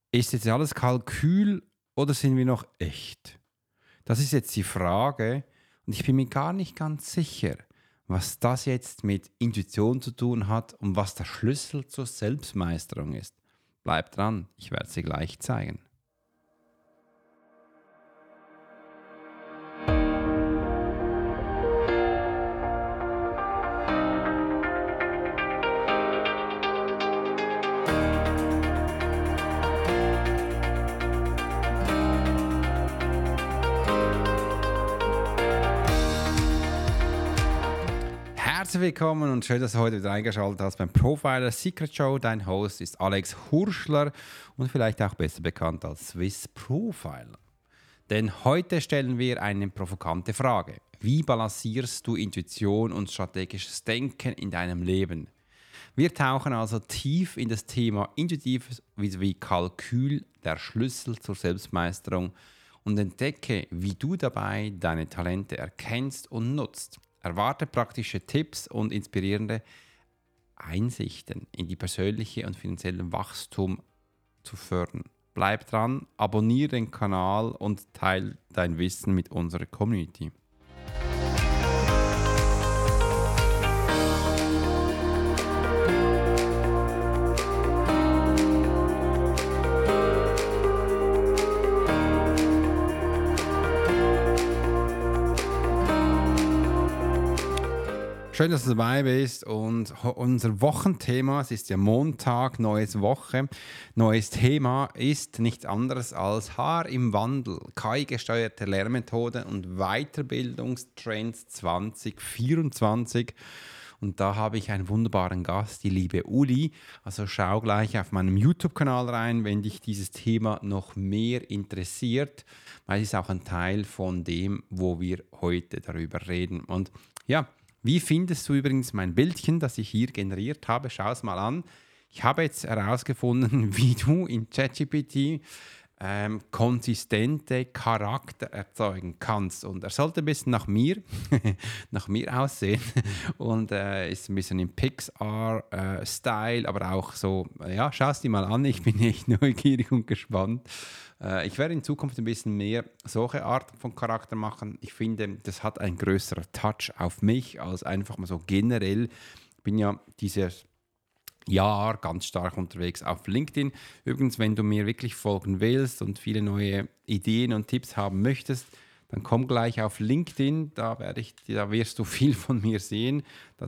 Ist jetzt alles Kalkül oder sind wir noch echt? Das ist jetzt die Frage und ich bin mir gar nicht ganz sicher, was das jetzt mit Intuition zu tun hat und was der Schlüssel zur Selbstmeisterung ist. Bleibt dran, ich werde es dir gleich zeigen. Herzlich willkommen und schön, dass du heute wieder eingeschaltet hast beim Profiler Secret Show. Dein Host ist Alex Hurschler und vielleicht auch besser bekannt als Swiss Profiler. Denn heute stellen wir eine provokante Frage. Wie balancierst du Intuition und strategisches Denken in deinem Leben? Wir tauchen also tief in das Thema Intuitives wie Kalkül, der Schlüssel zur Selbstmeisterung, und entdecke, wie du dabei deine Talente erkennst und nutzt. Erwarte praktische Tipps und inspirierende Einsichten in die persönliche und finanzielle Wachstum zu fördern. Bleib dran, abonniere den Kanal und teile dein Wissen mit unserer Community. Schön, dass du dabei bist und unser Wochenthema, es ist ja Montag, neues Woche, neues Thema ist nichts anderes als Haar im Wandel, KI-gesteuerte Lehrmethoden und Weiterbildungstrends 2024. Und da habe ich einen wunderbaren Gast, die liebe Uli. Also schau gleich auf meinem YouTube-Kanal rein, wenn dich dieses Thema noch mehr interessiert, weil es ist auch ein Teil von dem, wo wir heute darüber reden. Und ja, wie findest du übrigens mein Bildchen, das ich hier generiert habe? Schau es mal an. Ich habe jetzt herausgefunden, wie du in ChatGPT konsistente Charakter erzeugen kannst. Und er sollte ein bisschen nach mir, nach mir aussehen und ist ein bisschen im Pixar-Style, aber auch so, ja, schau es dir mal an. Ich bin echt neugierig und gespannt. Ich werde in Zukunft ein bisschen mehr solche Art von Charakter machen. Ich finde, das hat einen größeren Touch auf mich als einfach mal so generell. Ich bin ja dieses Jahr ganz stark unterwegs auf LinkedIn. Übrigens, wenn du mir wirklich folgen willst und viele neue Ideen und Tipps haben möchtest, dann komm gleich auf LinkedIn. Da wirst du viel von mir sehen.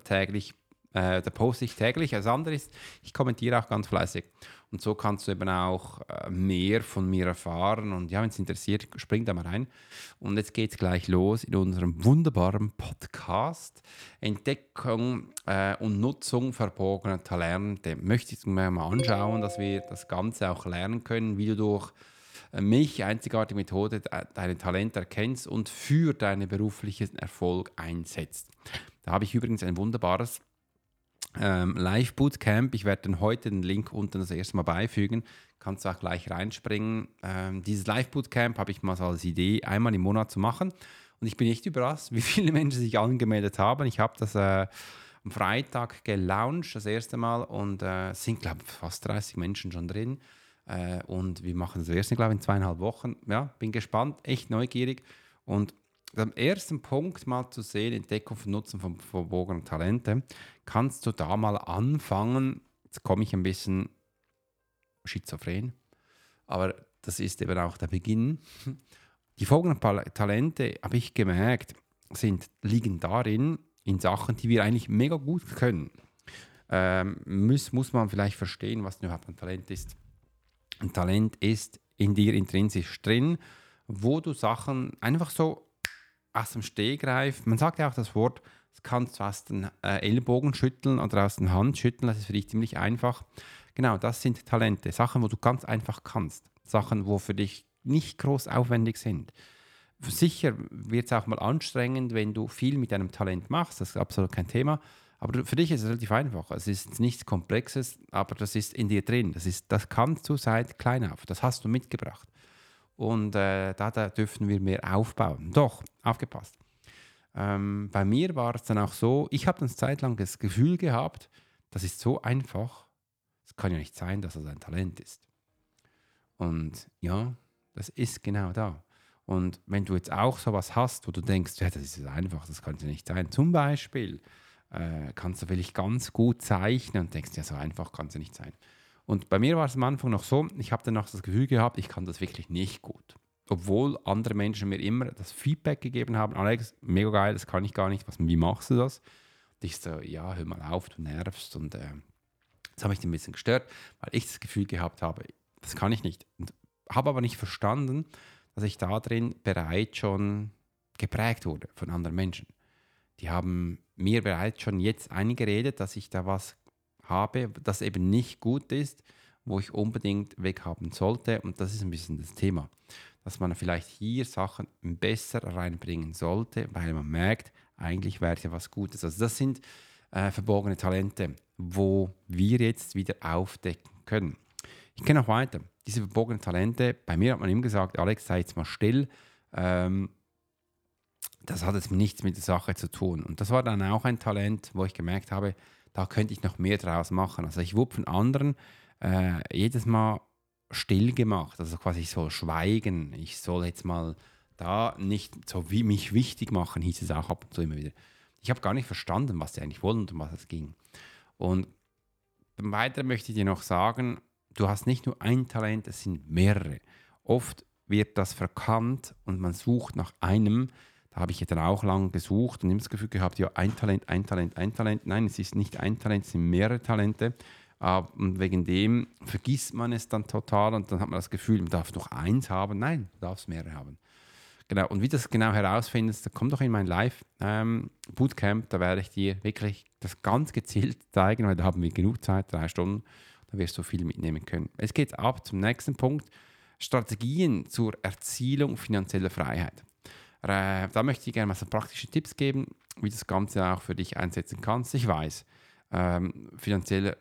Da poste ich täglich. Das andere ist, ich kommentiere auch ganz fleißig. Und so kannst du eben auch mehr von mir erfahren. Und ja, wenn es interessiert, spring da mal rein. Und jetzt geht es gleich los in unserem wunderbaren Podcast. Entdeckung und Nutzung verborgener Talente. Möchte ich mir mal anschauen, dass wir das Ganze auch lernen können, wie du durch mich, einzigartige Methode, deine Talente erkennst und für deinen beruflichen Erfolg einsetzt. Da habe ich übrigens ein wunderbares Live-Bootcamp. Ich werde dann heute den Link unten das erste Mal beifügen. Kannst du auch gleich reinspringen. Dieses Live-Bootcamp habe ich mal so als Idee, einmal im Monat zu machen. Und ich bin echt überrascht, wie viele Menschen sich angemeldet haben. Ich habe das am Freitag gelauncht, das erste Mal. Und es sind, glaube ich, fast 30 Menschen schon drin. Und wir machen das erste, glaube ich, in 2,5 Wochen. Ja, bin gespannt, echt neugierig. Und am ersten Punkt mal zu sehen, Entdeckung und Nutzen von verborgenen Talenten, kannst du da mal anfangen. Jetzt komme ich ein bisschen schizophren, aber das ist eben auch der Beginn. Die folgenden Talente, habe ich gemerkt, liegen darin, in Sachen, die wir eigentlich mega gut können. Muss man vielleicht verstehen, was überhaupt ein Talent ist. Ein Talent ist in dir intrinsisch drin, wo du Sachen einfach so aus dem Stegreif, man sagt ja auch das Wort, das kannst du aus den Ellbogen schütteln oder aus den Hand schütteln, das ist für dich ziemlich einfach. Genau, das sind Talente, Sachen, wo du ganz einfach kannst, Sachen, wo für dich nicht groß aufwendig sind. Sicher wird es auch mal anstrengend, wenn du viel mit deinem Talent machst, das ist absolut kein Thema, aber für dich ist es relativ einfach. Es ist nichts Komplexes, aber das ist in dir drin, das kannst du seit klein auf, das hast du mitgebracht. Und da dürfen wir mehr aufbauen. Doch, aufgepasst. Bei mir war es dann auch so, ich habe eine Zeit lang das Gefühl gehabt, das ist so einfach, es kann ja nicht sein, dass es ein Talent ist. Und ja, das ist genau da. Und wenn du jetzt auch sowas hast, wo du denkst, ja, das ist einfach, das kann ja nicht sein. Zum Beispiel kannst du vielleicht ganz gut zeichnen und denkst, ja, so einfach kann es ja nicht sein. Und bei mir war es am Anfang noch so, ich habe dann noch das Gefühl gehabt, ich kann das wirklich nicht gut. Obwohl andere Menschen mir immer das Feedback gegeben haben, Alex, mega geil, das kann ich gar nicht, wie machst du das? Und ich so, ja, hör mal auf, du nervst. Und das hat mich ein bisschen gestört, weil ich das Gefühl gehabt habe, das kann ich nicht. Und habe aber nicht verstanden, dass ich da drin bereits schon geprägt wurde von anderen Menschen. Die haben mir bereits schon jetzt eingeredet, dass ich da was habe, das eben nicht gut ist, wo ich unbedingt weghaben sollte. Und das ist ein bisschen das Thema, dass man vielleicht hier Sachen besser reinbringen sollte, weil man merkt, eigentlich wäre ja was Gutes. Also das sind verborgene Talente, wo wir jetzt wieder aufdecken können. Ich gehe noch weiter. Diese verborgenen Talente, bei mir hat man ihm gesagt, Alex, sei jetzt mal still. Das hat jetzt nichts mit der Sache zu tun. Und das war dann auch ein Talent, wo ich gemerkt habe, da könnte ich noch mehr draus machen. Also ich wurde von anderen jedes Mal still gemacht, also quasi ich soll schweigen, ich soll jetzt mal da nicht so wie mich wichtig machen, hieß es auch ab und zu immer wieder. Ich habe gar nicht verstanden, was sie eigentlich wollen und um was es ging. Und weiter möchte ich dir noch sagen, du hast nicht nur ein Talent, es sind mehrere. Oft wird das verkannt und man sucht nach einem. Da habe ich ja dann auch lange gesucht und immer das Gefühl gehabt, ja, ein Talent, ein Talent, ein Talent. Nein, es ist nicht ein Talent, es sind mehrere Talente. Und wegen dem vergisst man es dann total und dann hat man das Gefühl, man darf noch eins haben. Nein, du darfst mehrere haben. Genau, und wie du das genau herausfindest, da komm doch in mein Live-Bootcamp, da werde ich dir wirklich das ganz gezielt zeigen, weil da haben wir genug Zeit, 3 Stunden, da wirst du viel mitnehmen können. Es geht ab zum nächsten Punkt, Strategien zur Erzielung finanzieller Freiheit. Da möchte ich gerne mal so praktische Tipps geben, wie du das Ganze auch für dich einsetzen kannst. Ich weiß, finanzielle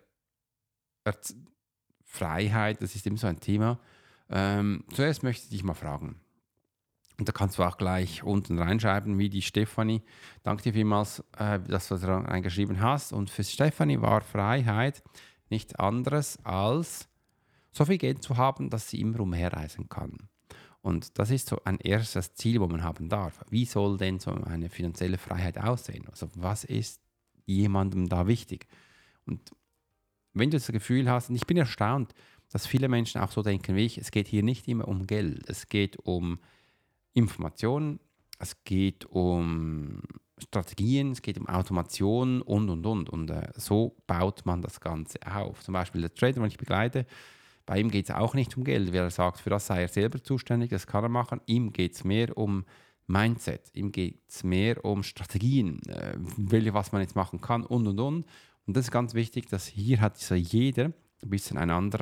Freiheit, das ist immer so ein Thema. Zuerst möchte ich dich mal fragen, und da kannst du auch gleich unten reinschreiben, wie die Stefanie. Danke dir vielmals, dass du da reingeschrieben hast. Und für Stefanie war Freiheit nichts anderes als so viel Geld zu haben, dass sie immer umherreisen kann. Und das ist so ein erstes Ziel, wo man haben darf. Wie soll denn so eine finanzielle Freiheit aussehen? Also was ist jemandem da wichtig? Und wenn du das Gefühl hast, und ich bin erstaunt, dass viele Menschen auch so denken wie ich, es geht hier nicht immer um Geld, es geht um Informationen, es geht um Strategien, es geht um Automation und. Und so baut man das Ganze auf. Zum Beispiel der Trader, den ich begleite, bei ihm geht es auch nicht um Geld, weil er sagt, für das sei er selber zuständig, das kann er machen. Ihm geht es mehr um Mindset, ihm geht es mehr um Strategien, was man jetzt machen kann und. Und das ist ganz wichtig, dass hier hat so jeder ein bisschen ein anderer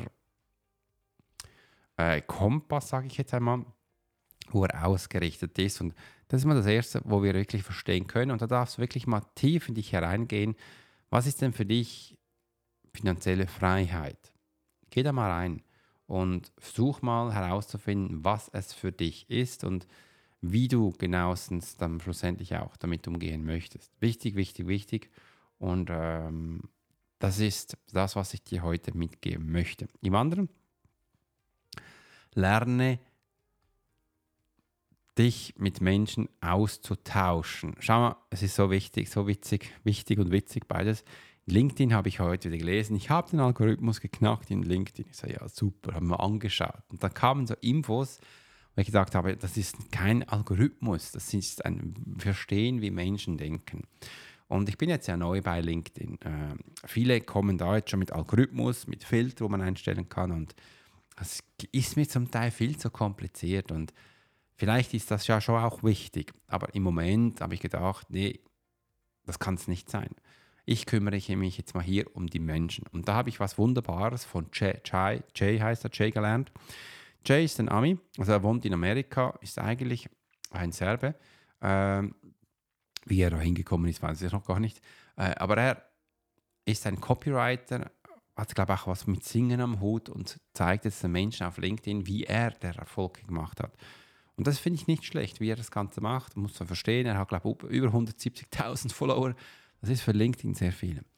Kompass, sage ich jetzt einmal, wo er ausgerichtet ist. Und das ist mal das Erste, wo wir wirklich verstehen können. Und da darfst du wirklich mal tief in dich hereingehen. Was ist denn für dich finanzielle Freiheit? Geh da mal rein und versuch mal herauszufinden, was es für dich ist und wie du genauestens dann schlussendlich auch damit umgehen möchtest. Wichtig, wichtig, wichtig. Und das ist das, was ich dir heute mitgeben möchte. Im anderen, lerne dich mit Menschen auszutauschen. Schau mal, es ist so wichtig, so wichtig und witzig beides. LinkedIn habe ich heute wieder gelesen. Ich habe den Algorithmus geknackt in LinkedIn. Ich sage, ja, super, haben wir angeschaut. Und dann kamen so Infos, wo ich gesagt habe, das ist kein Algorithmus, das ist ein Verstehen, wie Menschen denken. Und ich bin jetzt ja neu bei LinkedIn. Viele kommen da jetzt schon mit Algorithmus, mit Filter, wo man einstellen kann. Und das ist mir zum Teil viel zu kompliziert. Und vielleicht ist das ja schon auch wichtig. Aber im Moment habe ich gedacht, nee, das kann es nicht sein. Ich kümmere mich jetzt mal hier um die Menschen. Und da habe ich was Wunderbares von Jay heißt er, Jay gelernt. Jay ist ein Ami, also er wohnt in Amerika, ist eigentlich ein Serbe. Wie er da hingekommen ist, weiß ich noch gar nicht. Aber er ist ein Copywriter, hat, glaube ich, auch was mit Singen am Hut und zeigt jetzt den Menschen auf LinkedIn, wie er der Erfolg gemacht hat. Und das finde ich nicht schlecht, wie er das Ganze macht. Muss man verstehen, er hat, glaube ich, über 170.000 Follower. Das ist für LinkedIn sehr viel.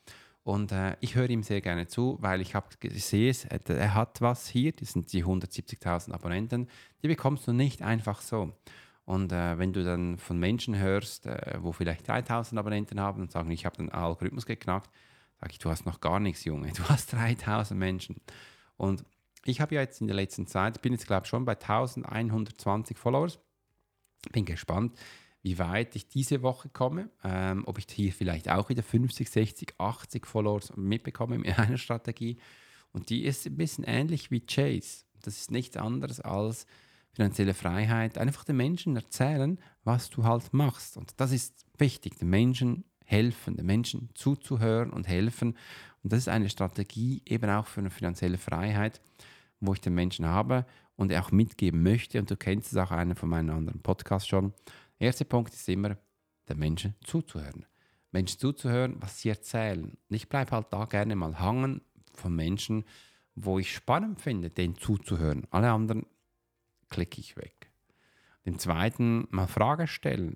Und ich höre ihm sehr gerne zu, weil ich sehe es, er hat was hier, das sind die 170.000 Abonnenten, die bekommst du nicht einfach so. Und wenn du dann von Menschen hörst, wo vielleicht 3.000 Abonnenten haben und sagen, ich habe den Algorithmus geknackt, sage ich, du hast noch gar nichts, Junge, du hast 3.000 Menschen. Und ich habe ja jetzt in der letzten Zeit, ich bin jetzt glaube ich schon bei 1.120 Followers, bin gespannt, wie weit ich diese Woche komme, ob ich hier vielleicht auch wieder 50, 60, 80 Followers mitbekomme in einer Strategie. Und die ist ein bisschen ähnlich wie Chase. Das ist nichts anderes als finanzielle Freiheit. Einfach den Menschen erzählen, was du halt machst. Und das ist wichtig, den Menschen helfen, den Menschen zuzuhören und helfen. Und das ist eine Strategie eben auch für eine finanzielle Freiheit, wo ich den Menschen habe und auch mitgeben möchte. Und du kennst es auch einen von meinen anderen Podcasts schon. Der erste Punkt ist immer, den Menschen zuzuhören. Menschen zuzuhören, was sie erzählen. Und ich bleibe halt da gerne mal hangen von Menschen, wo ich spannend finde, denen zuzuhören. Alle anderen klicke ich weg. Den zweiten, mal Fragen stellen.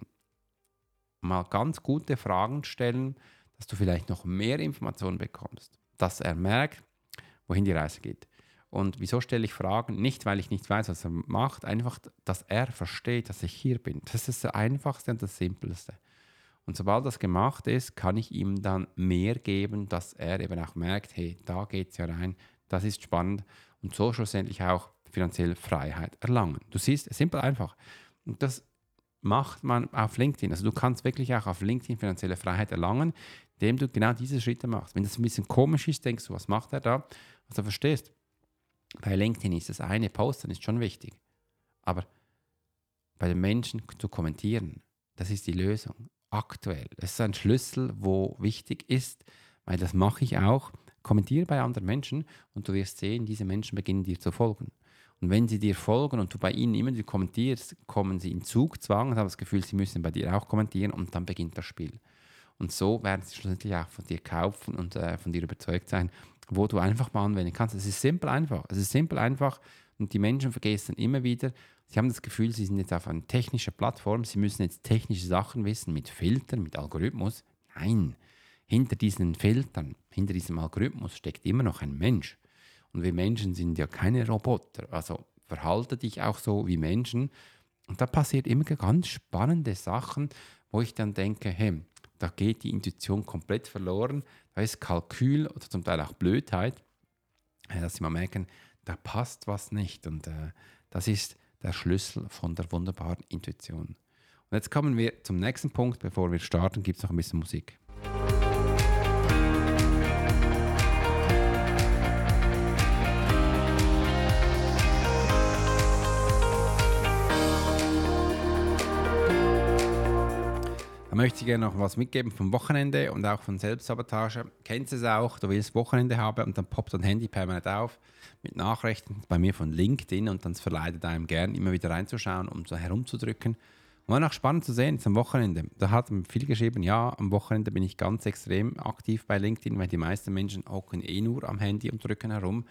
Mal ganz gute Fragen stellen, dass du vielleicht noch mehr Informationen bekommst. Dass er merkt, wohin die Reise geht. Und wieso stelle ich Fragen? Nicht, weil ich nicht weiß, was er macht, einfach, dass er versteht, dass ich hier bin. Das ist das Einfachste und das Simpelste. Und sobald das gemacht ist, kann ich ihm dann mehr geben, dass er eben auch merkt, hey, da geht es ja rein, das ist spannend und so schlussendlich auch finanzielle Freiheit erlangen. Du siehst, simpel einfach. Und das macht man auf LinkedIn. Also du kannst wirklich auch auf LinkedIn finanzielle Freiheit erlangen, indem du genau diese Schritte machst. Wenn das ein bisschen komisch ist, denkst du, was macht er da? Was du verstehst. Bei LinkedIn ist das eine Posten ist schon wichtig. Aber bei den Menschen zu kommentieren, das ist die Lösung. Aktuell. Das ist ein Schlüssel, wo wichtig ist, weil das mache ich auch. Kommentiere bei anderen Menschen und du wirst sehen, diese Menschen beginnen dir zu folgen. Und wenn sie dir folgen und du bei ihnen immer wieder kommentierst, kommen sie in Zugzwang und haben das Gefühl, sie müssen bei dir auch kommentieren und dann beginnt das Spiel. Und so werden sie schlussendlich auch von dir kaufen und von dir überzeugt sein, wo du einfach mal anwenden kannst. Es ist simpel einfach. Es ist simpel einfach und die Menschen vergessen immer wieder, sie haben das Gefühl, sie sind jetzt auf einer technischen Plattform, sie müssen jetzt technische Sachen wissen mit Filtern, mit Algorithmus. Nein, hinter diesen Filtern, hinter diesem Algorithmus steckt immer noch ein Mensch. Und wir Menschen sind ja keine Roboter, also verhalte dich auch so wie Menschen. Und da passiert immer ganz spannende Sachen, wo ich dann denke, hey, da geht die Intuition komplett verloren. Da ist Kalkül oder zum Teil auch Blödheit, dass sie mal merken, da passt was nicht. Und das ist der Schlüssel von der wunderbaren Intuition. Und jetzt kommen wir zum nächsten Punkt. Bevor wir starten, gibt es noch ein bisschen Musik. Da möchte ich gerne noch was mitgeben vom Wochenende und auch von Selbstsabotage. Kennst du es auch, du willst Wochenende haben und dann poppt dein Handy permanent auf mit Nachrichten, bei mir von LinkedIn und dann verleitet einem gern immer wieder reinzuschauen, um so herumzudrücken. Und war auch spannend zu sehen, jetzt am Wochenende. Da hat viel geschrieben, ja, am Wochenende bin ich ganz extrem aktiv bei LinkedIn, weil die meisten Menschen hocken nur am Handy und drücken herum.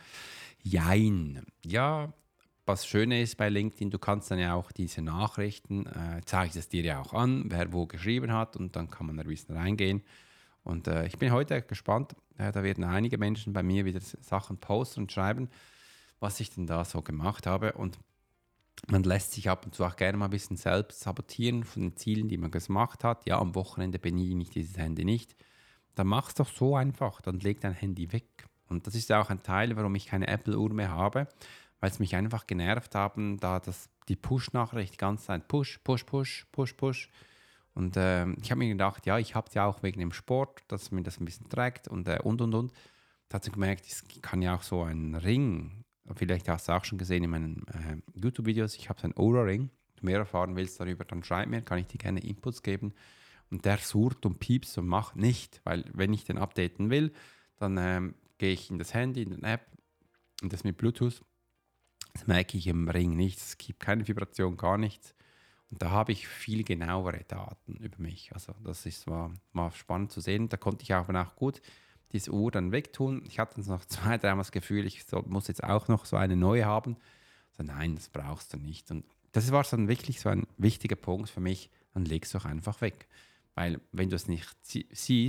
Jein. Ja, was Schöne ist bei LinkedIn, du kannst dann ja auch diese Nachrichten, zeige es dir ja auch an, wer wo geschrieben hat und dann kann man da ein bisschen reingehen. Und ich bin heute gespannt, da werden einige Menschen bei mir wieder Sachen posten und schreiben, was ich denn da so gemacht habe. Und man lässt sich ab und zu auch gerne mal ein bisschen selbst sabotieren von den Zielen, die man gemacht hat. Ja, am Wochenende benehme ich dieses Handy nicht. Dann mach es doch so einfach, dann leg dein Handy weg. Und das ist ja auch ein Teil, warum ich keine Apple-Uhr mehr habe, weil es mich einfach genervt haben, da die Push-Nachricht die ganze Zeit Push, Push, Push, Push, Push. Und ich habe mir gedacht, ja, ich habe es ja auch wegen dem Sport, dass mir das ein bisschen trägt und. Da hat sie gemerkt, ich kann ja auch so einen Ring, vielleicht hast du auch schon gesehen in meinen YouTube-Videos, ich habe so einen Oura-Ring. Wenn du mehr erfahren willst darüber, dann schreib mir, kann ich dir gerne Inputs geben. Und der surrt und piepst und macht nicht, weil wenn ich den updaten will, dann gehe ich in das Handy, in den App und das mit Bluetooth. Das merke ich im Ring nicht. Es gibt keine Vibration, gar nichts. Und da habe ich viel genauere Daten über mich. Also das war spannend zu sehen. Da konnte ich auch gut diese Uhr dann wegtun. Ich hatte noch 2, 3 Mal das Gefühl, muss jetzt auch noch so eine neue haben. So, nein, das brauchst du nicht. Und das war dann wirklich so ein wichtiger Punkt für mich. Dann legst du auch einfach weg. Weil wenn du es nicht siehst,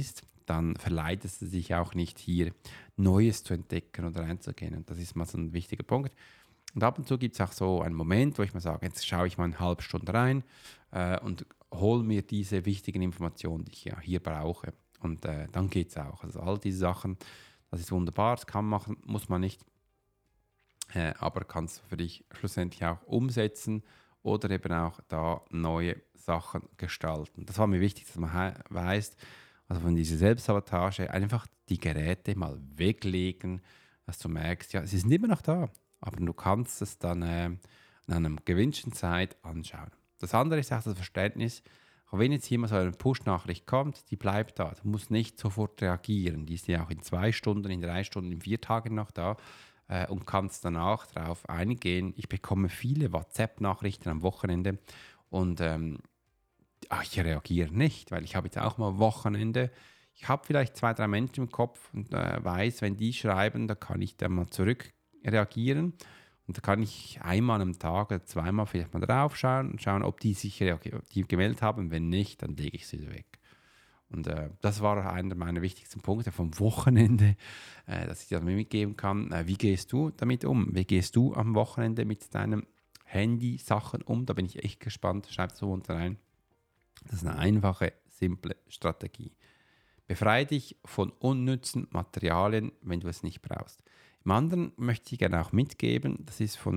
dann verleitest du dich auch nicht hier, Neues zu entdecken oder einzugehen. Und das ist mal so ein wichtiger Punkt. Und ab und zu gibt es auch so einen Moment, wo ich mal sage, jetzt schaue ich mal eine halbe Stunde rein und hole mir diese wichtigen Informationen, die ich ja hier brauche. Und dann geht es auch. Also all diese Sachen, das ist wunderbar, das kann man machen, muss man nicht, aber kannst du für dich schlussendlich auch umsetzen oder eben auch da neue Sachen gestalten. Das war mir wichtig, dass man weiß, also von dieser Selbstsabotage einfach die Geräte mal weglegen, dass du merkst, ja, sie sind immer noch da, aber du kannst es dann an einer gewünschten Zeit anschauen. Das andere ist auch das Verständnis, auch wenn jetzt hier mal so eine Push-Nachricht kommt, die bleibt da. Du musst nicht sofort reagieren. Die ist ja auch in 2 Stunden, in 3 Stunden, in 4 Tagen noch da und kannst danach darauf eingehen. Ich bekomme viele WhatsApp-Nachrichten am Wochenende und ich reagiere nicht, weil ich habe jetzt auch mal Wochenende. Ich habe vielleicht 2, 3 Menschen im Kopf und weiß, wenn die schreiben, da kann ich dann mal zurück reagieren. Und da kann ich einmal am Tag oder zweimal vielleicht mal drauf schauen und schauen, ob die sich die gemeldet haben. Wenn nicht, dann lege ich sie weg. Und das war einer meiner wichtigsten Punkte vom Wochenende, dass ich das mitgeben kann. Wie gehst du damit um? Wie gehst du am Wochenende mit deinem Handy-Sachen um? Da bin ich echt gespannt. Schreib es so unten rein. Das ist eine einfache, simple Strategie. Befreie dich von unnützen Materialien, wenn du es nicht brauchst. Im anderen möchte ich gerne auch mitgeben, das ist von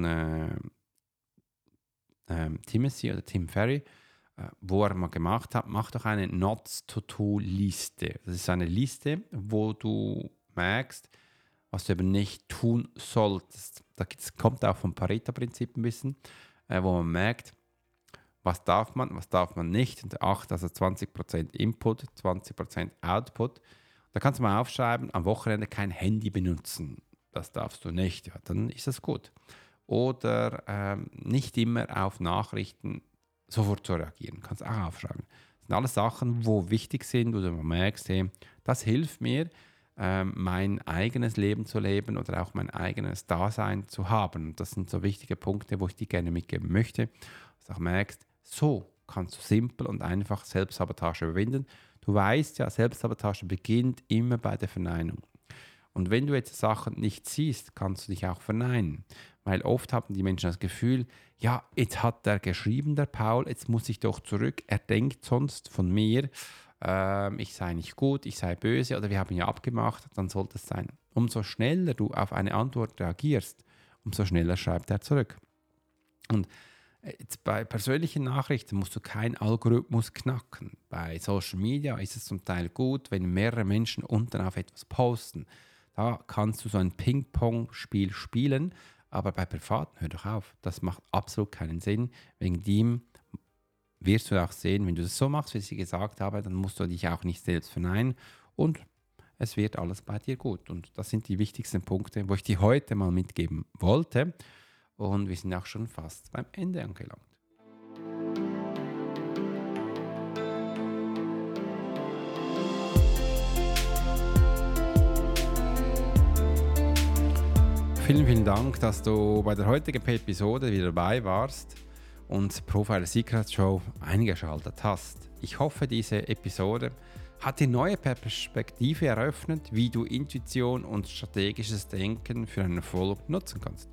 Timothy oder Tim Ferry, wo er mal gemacht hat, mach doch eine Not-to-Do-Liste. Das ist eine Liste, wo du merkst, was du eben nicht tun solltest. Kommt auch vom Pareto-Prinzip ein bisschen, wo man merkt, was darf man nicht. Und 20% Input, 20% Output. Da kannst du mal aufschreiben, am Wochenende kein Handy benutzen. Das darfst du nicht. Ja, dann ist das gut. Oder nicht immer auf Nachrichten sofort zu reagieren. Kannst auch aufschreiben. Das sind alles Sachen, wo wichtig sind, wo du merkst, hey, das hilft mir, mein eigenes Leben zu leben oder auch mein eigenes Dasein zu haben. Und das sind so wichtige Punkte, wo ich dir gerne mitgeben möchte. Dass du auch merkst, so kannst du simpel und einfach Selbstsabotage überwinden. Du weißt ja, Selbstsabotage beginnt immer bei der Verneinung. Und wenn du jetzt Sachen nicht siehst, kannst du dich auch verneinen. Weil oft haben die Menschen das Gefühl, ja, jetzt hat der geschrieben, der Paul, jetzt muss ich doch zurück. Er denkt sonst von mir, ich sei nicht gut, ich sei böse oder wir haben ja abgemacht, dann sollte es sein. Umso schneller du auf eine Antwort reagierst, umso schneller schreibt er zurück. Und jetzt bei persönlichen Nachrichten musst du keinen Algorithmus knacken. Bei Social Media ist es zum Teil gut, wenn mehrere Menschen unten auf etwas posten. Da kannst du so ein Ping-Pong-Spiel spielen, aber bei Privaten, hör doch auf, das macht absolut keinen Sinn. Wegen dem wirst du auch sehen, wenn du das so machst, wie ich gesagt habe, dann musst du dich auch nicht selbst verneinen und es wird alles bei dir gut. Und das sind die wichtigsten Punkte, wo ich dir heute mal mitgeben wollte. Und wir sind auch schon fast beim Ende angelangt. Vielen, vielen Dank, dass du bei der heutigen Episode wieder dabei warst und Profiler Secret Show eingeschaltet hast. Ich hoffe, diese Episode hat dir neue Perspektive eröffnet, wie du Intuition und strategisches Denken für einen Erfolg nutzen kannst.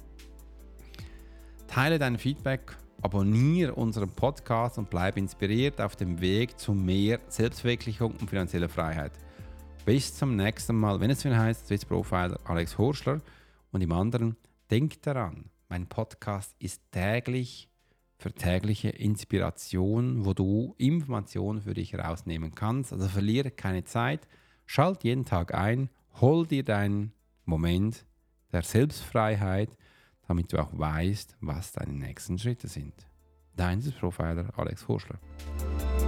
Teile dein Feedback, abonniere unseren Podcast und bleib inspiriert auf dem Weg zu mehr Selbstverwirklichung und finanzieller Freiheit. Bis zum nächsten Mal, wenn es wieder heißt, Swiss Profiler Alex Horschler. Und im anderen, denk daran, mein Podcast ist täglich für tägliche Inspiration, wo du Informationen für dich herausnehmen kannst. Also verliere keine Zeit, schalt jeden Tag ein, hol dir deinen Moment der Selbstfreiheit, damit du auch weißt, was deine nächsten Schritte sind. Dein Profiler Alex Horschler.